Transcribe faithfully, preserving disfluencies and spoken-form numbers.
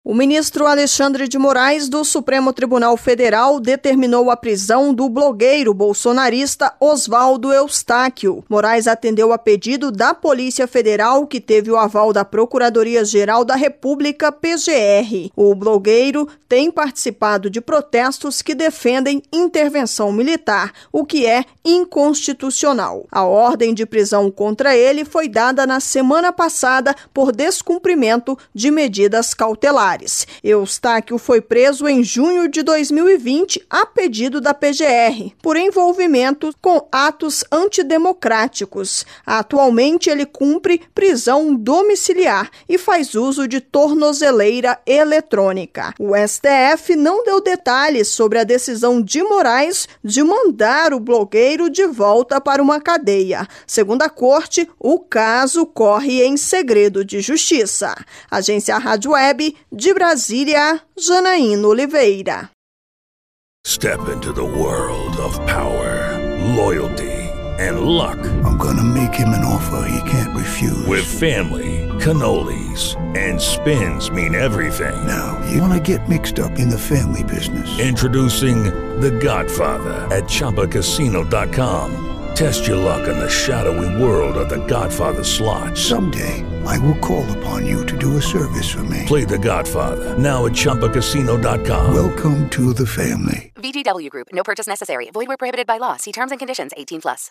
O ministro Alexandre de Moraes, do Supremo Tribunal Federal, determinou a prisão do blogueiro bolsonarista Oswaldo Eustáquio. Moraes atendeu a pedido da Polícia Federal, que teve o aval da Procuradoria-Geral da República, P G R. O blogueiro tem participado de protestos que defendem intervenção militar, o que é inconstitucional. A ordem de prisão contra ele foi dada na semana passada por descumprimento de medidas cautelares. Eustáquio foi preso em junho de dois mil e vinte a pedido da P G R, por envolvimento com atos antidemocráticos. Atualmente ele cumpre prisão domiciliar e faz uso de tornozeleira eletrônica. O S T F não deu detalhes sobre a decisão de Moraes de mandar o blogueiro de volta para uma cadeia. Segundo a corte, o caso corre em segredo de justiça. Agência Rádio Web de Brasília, Janaína Oliveira. Step into the world of power, loyalty, and luck. I'm gonna make him an offer he can't refuse. With family, cannolis, and spins mean everything. Now, you wanna get mixed up in the family business. Introducing The Godfather at Chumba Casino dot com. Test your luck in the shadowy world of The Godfather slot. Someday, I will call upon you to do a service for me. Play The Godfather, now at Chumba Casino dot com. Welcome to the family. V G W Group. No purchase necessary. Void where prohibited by law. See terms and conditions. eighteen plus.